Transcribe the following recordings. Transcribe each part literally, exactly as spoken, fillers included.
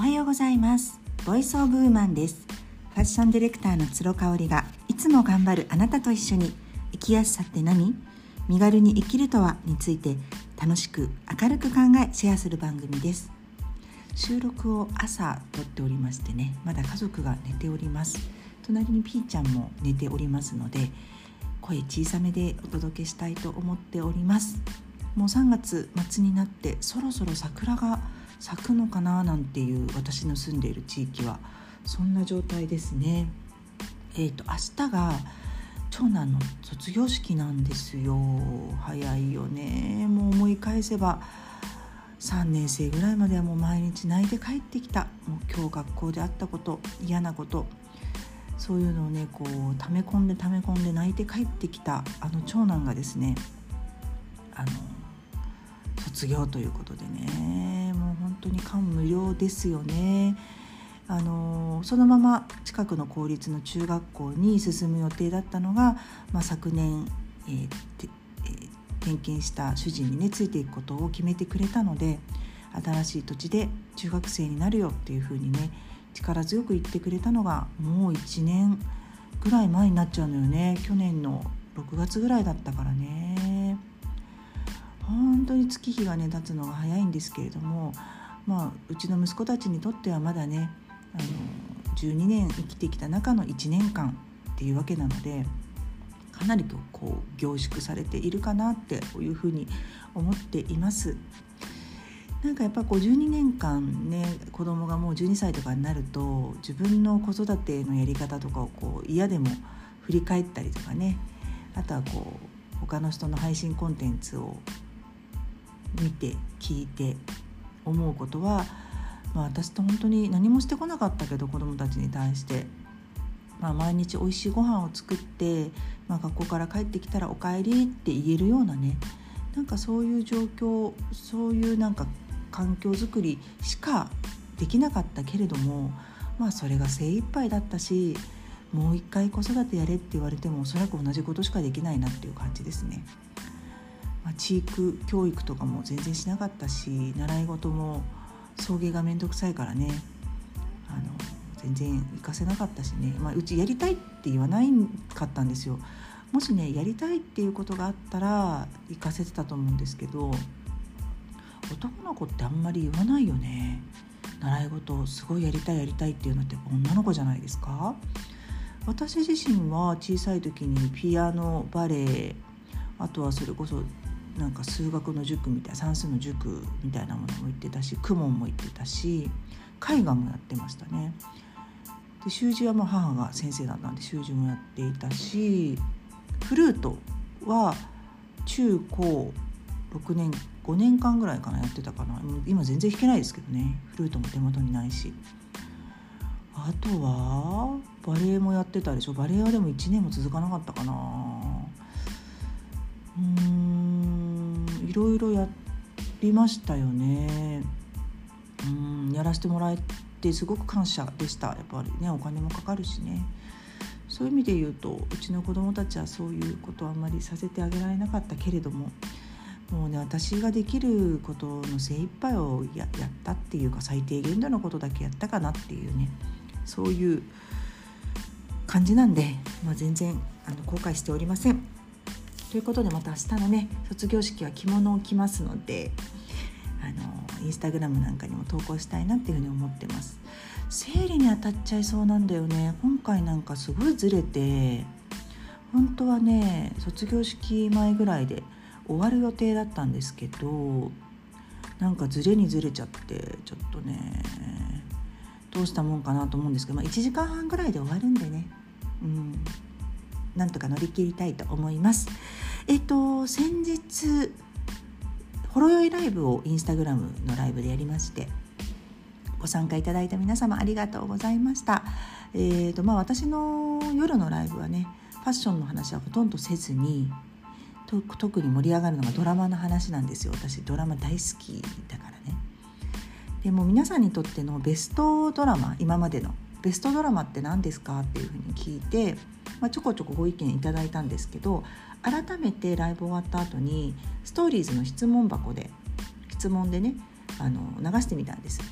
おはようございます。ボイスオブウーマンです。ファッションディレクターのつろかおりがいつも頑張るあなたと一緒に生きやすさって何？身軽に生きるとはについて楽しく明るく考えシェアする番組です。収録を朝撮っておりましてね、まだ家族が寝ております。隣にピーちゃんも寝ておりますので、声小さめでお届けしたいと思っております。もうさんがつ末になってそろそろ桜が咲くのかななんていう私の住んでいる地域はそんな状態ですね。えーと明日が長男の卒業式なんですよ。早いよね。もう思い返せばさんねんせいぐらいまではもう毎日泣いて帰ってきた。もう今日学校であったこと、嫌なこと、そういうのをねこう溜め込んで溜め込んで泣いて帰ってきたあの長男がですね、あの卒業ということでね、もう本当に感無量ですよね。あのそのまま近くの公立の中学校に進む予定だったのが、まあ、昨年、えーてえー、転勤した主人にねついていくことを決めてくれたので、新しい土地で中学生になるよっていう風にね力強く言ってくれたのがもういちねんぐらい前になっちゃうのよね。去年のろくがつぐらいだったからね。本当に月日がね経つのが早いんですけれども、まあ、うちの息子たちにとってはまだねあのじゅうにねん生きてきた中のいちねんかんっていうわけなので、かなりとこう凝縮されているかなっていうふうに思っています。なんかやっぱこうじゅうにねんかんね子供がもうじゅうにさいとかになると自分の子育てのやり方とかをこう嫌でも振り返ったりとかね、あとはこう他の人の配信コンテンツを見て聞いて思うことは、まあ、私と本当に何もしてこなかったけど子どもたちに対して、まあ、毎日おいしいご飯を作って、まあ、学校から帰ってきたらおかえりって言えるようなね、なんかそういう状況、そういうなんか環境づくりしかできなかったけれども、まあそれが精一杯だったし、もう一回子育てやれって言われてもおそらく同じことしかできないなっていう感じですね。まあ、地域教育とかも全然しなかったし、習い事も送迎がめんどくさいからね、あの全然行かせなかったしね、まあ、うちやりたいって言わないかったんですよ。もしねやりたいっていうことがあったら行かせてたと思うんですけど、男の子ってあんまり言わないよね。習い事すごいやりたいやりたいっていうのって女の子じゃないですか。私自身は小さい時にピアノ、バレエ、あとはそれこそなんか数学の塾みたいな算数の塾みたいなものも行ってたし、公文も行ってたし、絵画もやってましたね。で習字はもう母が先生だったんで習字もやっていたし、フルートは中高ろくねんごねんかんぐらいかなやってたかな。今全然弾けないですけどね、フルートも手元にないし。あとはバレエもやってたでしょ。バレエはでもいちねんも続かなかったかな。うーんいろいろやりましたよね。うーんやらせてもらえてすごく感謝でした。やっぱりねお金もかかるしね。そういう意味で言うとうちの子供たちはそういうことはあんまりさせてあげられなかったけれども、もうね私ができることの精一杯を や, やったっていうか、最低限度のことだけやったかなっていうね、そういう感じなんで、まあ、全然あの後悔しておりません。ということでまた明日のね卒業式は着物を着ますので、あのインスタグラムなんかにも投稿したいなっていうふうに思ってます。生理に当たっちゃいそうなんだよね。今回なんかすごいずれて、本当はね卒業式前ぐらいで終わる予定だったんですけど、なんかずれにずれちゃってちょっとねどうしたもんかなと思うんですけど、まあ、いちじかんはんぐらいで終わるんでね、うんなんとか乗り切りたいと思います。えっと先日ほろ酔いライブをインスタグラムのライブでやりまして、ご参加いただいた皆様ありがとうございました。えっとまあ私の夜のライブはねファッションの話はほとんどせずに、と特に盛り上がるのがドラマの話なんですよ。私ドラマ大好きだからね。でも皆さんにとってのベストドラマ、今までのベストドラマって何ですかっていうふうに聞いて、まあ、ちょこちょこご意見いただいたんですけど、改めてライブ終わった後にストーリーズの質問箱で質問でねあの流してみたんです。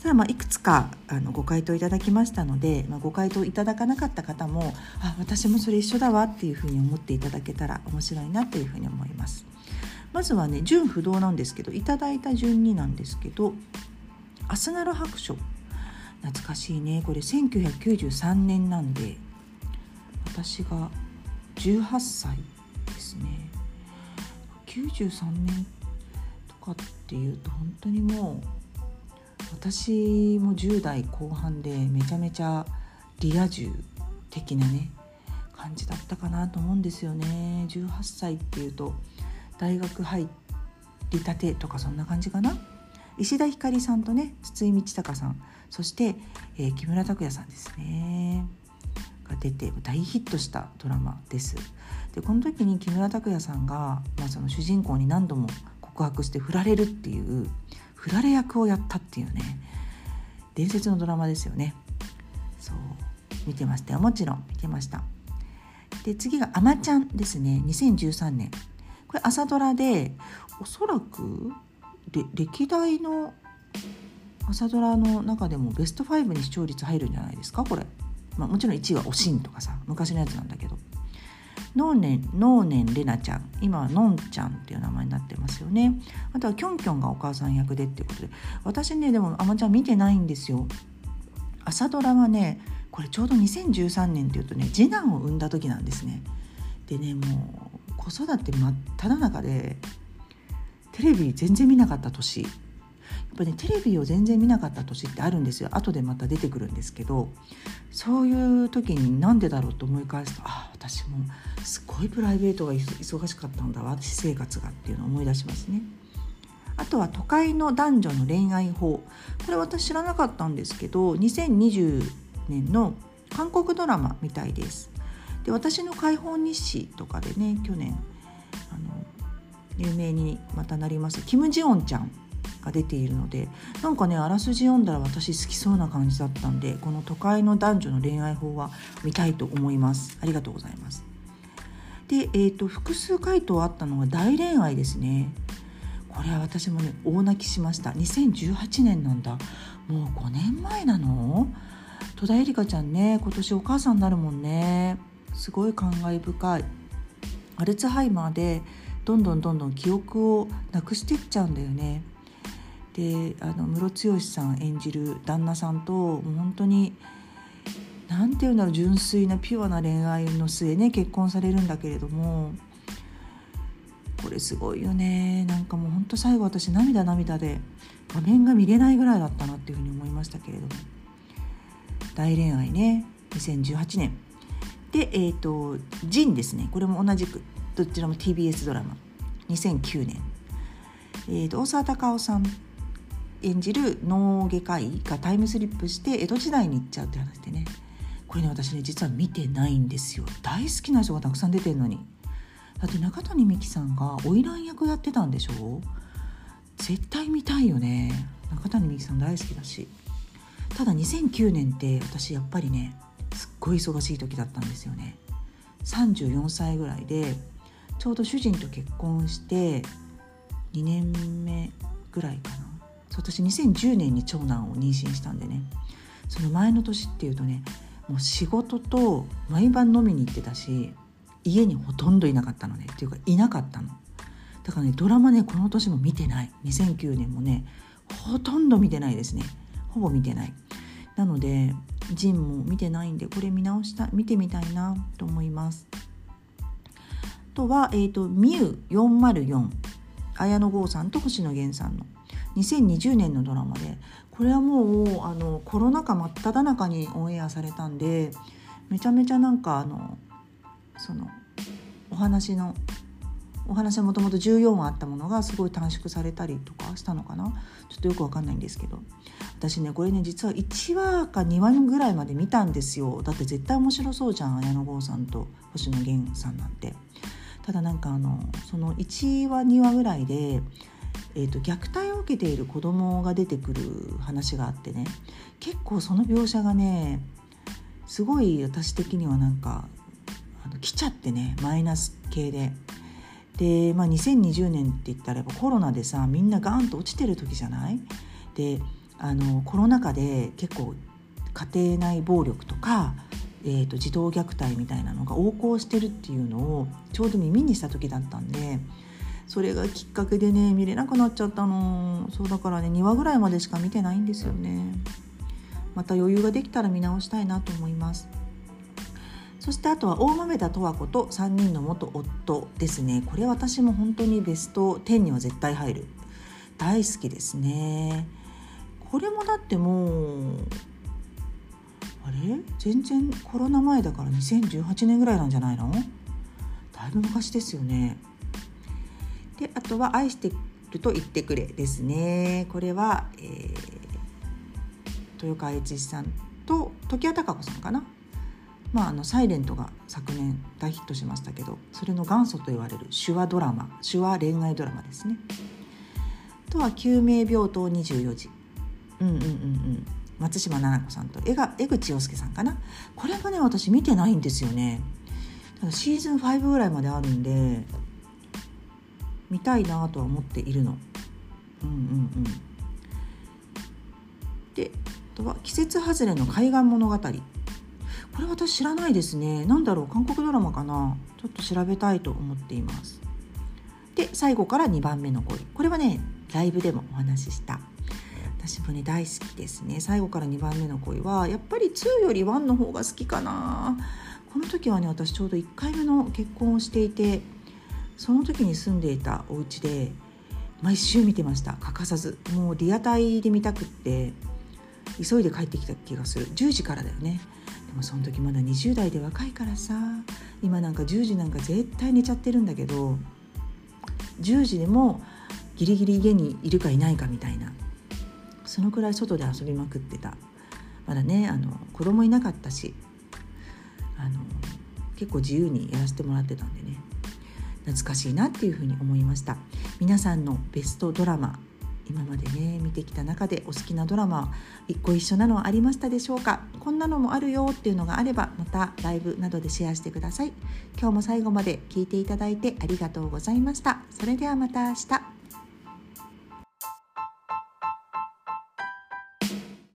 ただまあいくつかあのご回答いただきましたので、まあ、ご回答いただかなかった方もあ私もそれ一緒だわっていうふうに思っていただけたら面白いなというふうに思います。まずはね順不動なんですけど、いただいた順になんですけど、アスナル白書懐かしいね。これせんきゅうひゃくきゅうじゅうさんねんなんで私がじゅうはっさいですね。きゅうじゅうさんねんとかっていうと本当にもう私もじゅう代後半でめちゃめちゃリア充的なね感じだったかなと思うんですよね。じゅうはっさいっていうと大学入りたてとかそんな感じかな。石田ひかりさんとね筒井道隆さん、そして、えー、木村拓哉さんですねが出て大ヒットしたドラマです。でこの時に木村拓哉さんが、まあ、その主人公に何度も告白して振られるっていう振られ役をやったっていうね伝説のドラマですよね。そう見てましたよ、もちろん見てました。で次があまちゃんですね。にせんじゅうさんねん、これ朝ドラでおそらく歴代の朝ドラの中でもベストファイブに視聴率入るんじゃないですかこれ、まあ、もちろんいちいはおしんとかさ昔のやつなんだけど、ノーネンノーネンレナちゃん、今はのんちゃんっていう名前になってますよね。あとはキョンキョンがお母さん役でっていうことで、私ねでもあまちゃん見てないんですよ。朝ドラはねこれちょうどにせんじゅうさんねんっていうとね次男を産んだ時なんですね。でねもう子育て真っ只中でテレビ全然見なかった年、やっぱねテレビを全然見なかった年ってあるんですよ。後でまた出てくるんですけど、そういう時になんでだろうと思い返すと、あ私もすごいプライベートが忙しかったんだわ、私生活がっていうのを思い出しますね。あとは都会の男女の恋愛法、これ私知らなかったんですけどにせんにじゅうねんの韓国ドラマみたいです。で私の解放日誌とかでね去年あの有名にまたなりますキム・ジヨンちゃんが出ているので、なんかねあらすじ読んだら私好きそうな感じだったんで、この都会の男女の恋愛法は見たいと思います。ありがとうございます。で、えーと、複数回答あったのが大恋愛ですね。これは私もね大泣きしました。にせんじゅうはちねんなんだ、もうごねんまえなの。戸田恵梨香ちゃんね今年お母さんになるもんね。すごい感慨深い。アルツハイマーでどんどんどんどん記憶をなくしていっちゃうんだよね。であのムロツヨシさん演じる旦那さんともう本当になんていうんだろう純粋なピュアな恋愛の末ね結婚されるんだけれども、これすごいよね。なんかもう本当最後私涙涙で画面が見れないぐらいだったなっていうふうに思いましたけれども、大恋愛ねにせんじゅうはちねんで、えーとジンですね。これも同じくどちらも ティービーエス ドラマにせんきゅうねん、えーと大沢たかおさん演じる脳外科医がタイムスリップして江戸時代に行っちゃうって話でね、これね私ね実は見てないんですよ。大好きな人がたくさん出てるのに。だって中谷美紀さんが花魁役やってたんでしょ。絶対見たいよね。中谷美紀さん大好きだし。ただにせんきゅうねんって私やっぱりねすっごい忙しい時だったんですよね。さんじゅうよんさいぐらいでちょうど主人と結婚してにねんめぐらいかな。私にせんじゅうねんに長男を妊娠したんでね、その前の年っていうとねもう仕事と毎晩飲みに行ってたし家にほとんどいなかったのねっていうかいなかったのだからねドラマねこの年も見てない。にせんきゅうねんもねほとんど見てないですね。ほぼ見てない。なのでジンも見てないんでこれ見直した見てみたいなと思います。あとは、えーと、ミューよんまるよん綾野剛さんと星野源さんのにせんにじゅうねんのドラマで、これはもうあのコロナ禍真っ只中にオンエアされたんでめちゃめちゃなんかあのそのお話のお話はもともとじゅうよんわあったものがすごい短縮されたりとかしたのかな、ちょっとよくわかんないんですけど、私ねこれね実はいちわかにわぐらいまで見たんですよ。だって絶対面白そうじゃん綾野剛さんと星野源さんなんて。ただなんかあのそのいちわにわぐらいで、えーと、虐待を受けている子供が出てくる話があってね、結構その描写がねすごい私的にはなんかあの来ちゃってねマイナス系でで、まあ、にせんにじゅうねんって言ったらやっぱコロナでさみんなガーンと落ちてる時じゃない。であのコロナ禍で結構家庭内暴力とか、えーと、児童虐待みたいなのが横行してるっていうのをちょうど耳にした時だったんで、それがきっかけでね見れなくなっちゃったの。そうだからねにわぐらいまでしか見てないんですよね。また余裕ができたら見直したいなと思います。そしてあとは大豆田十和子とさんにんの元夫ですね。これ私も本当にベストじゅうには絶対入る。大好きですね。これもだってもうあれ全然コロナ前だからにせんじゅうはちねんぐらいなんじゃないの？だいぶ昔ですよね。であとは愛してると言ってくれですね。これは、えー、豊川悦司さんと常盤貴子さんかな。まあ、あのサイレントが昨年大ヒットしましたけど、それの元祖と言われる手話ドラマ、手話恋愛ドラマですね。あとは救命病棟にじゅうよじ、うんうんうんうん松島菜々子さんと江が江口洋介さんかな。これがね私見てないんですよね。ただシーズンごぐらいまであるんで見たいなとは思っているの。うんうんうんであとは季節外れの海岸物語。これ私知らないですね。なんだろう、韓国ドラマかな。ちょっと調べたいと思っています。で最後からにばんめの恋。これはねライブでもお話しした。私もね大好きですね。最後からにばんめの恋はやっぱりによりいちの方が好きかな。この時はね私ちょうどいっかいめの結婚をしていて、その時に住んでいたお家で毎週見てました。欠かさず。もうリアタイで見たくって急いで帰ってきた気がする。じゅうじからだよね。でもその時まだにじゅう代で若いからさ、今なんかじゅうじなんか絶対寝ちゃってるんだけど、じゅうじでもギリギリ家にいるかいないかみたいな、そのくらい外で遊びまくってた。まだねあの子供いなかったし、あの結構自由にやらせてもらってたんでね、懐かしいなっていうふうに思いました。皆さんのベストドラマ、今までね見てきた中でお好きなドラマご一緒なのはありましたでしょうか。こんなのもあるよっていうのがあればまたライブなどでシェアしてください。今日も最後まで聞いていただいてありがとうございました。それではまた明日。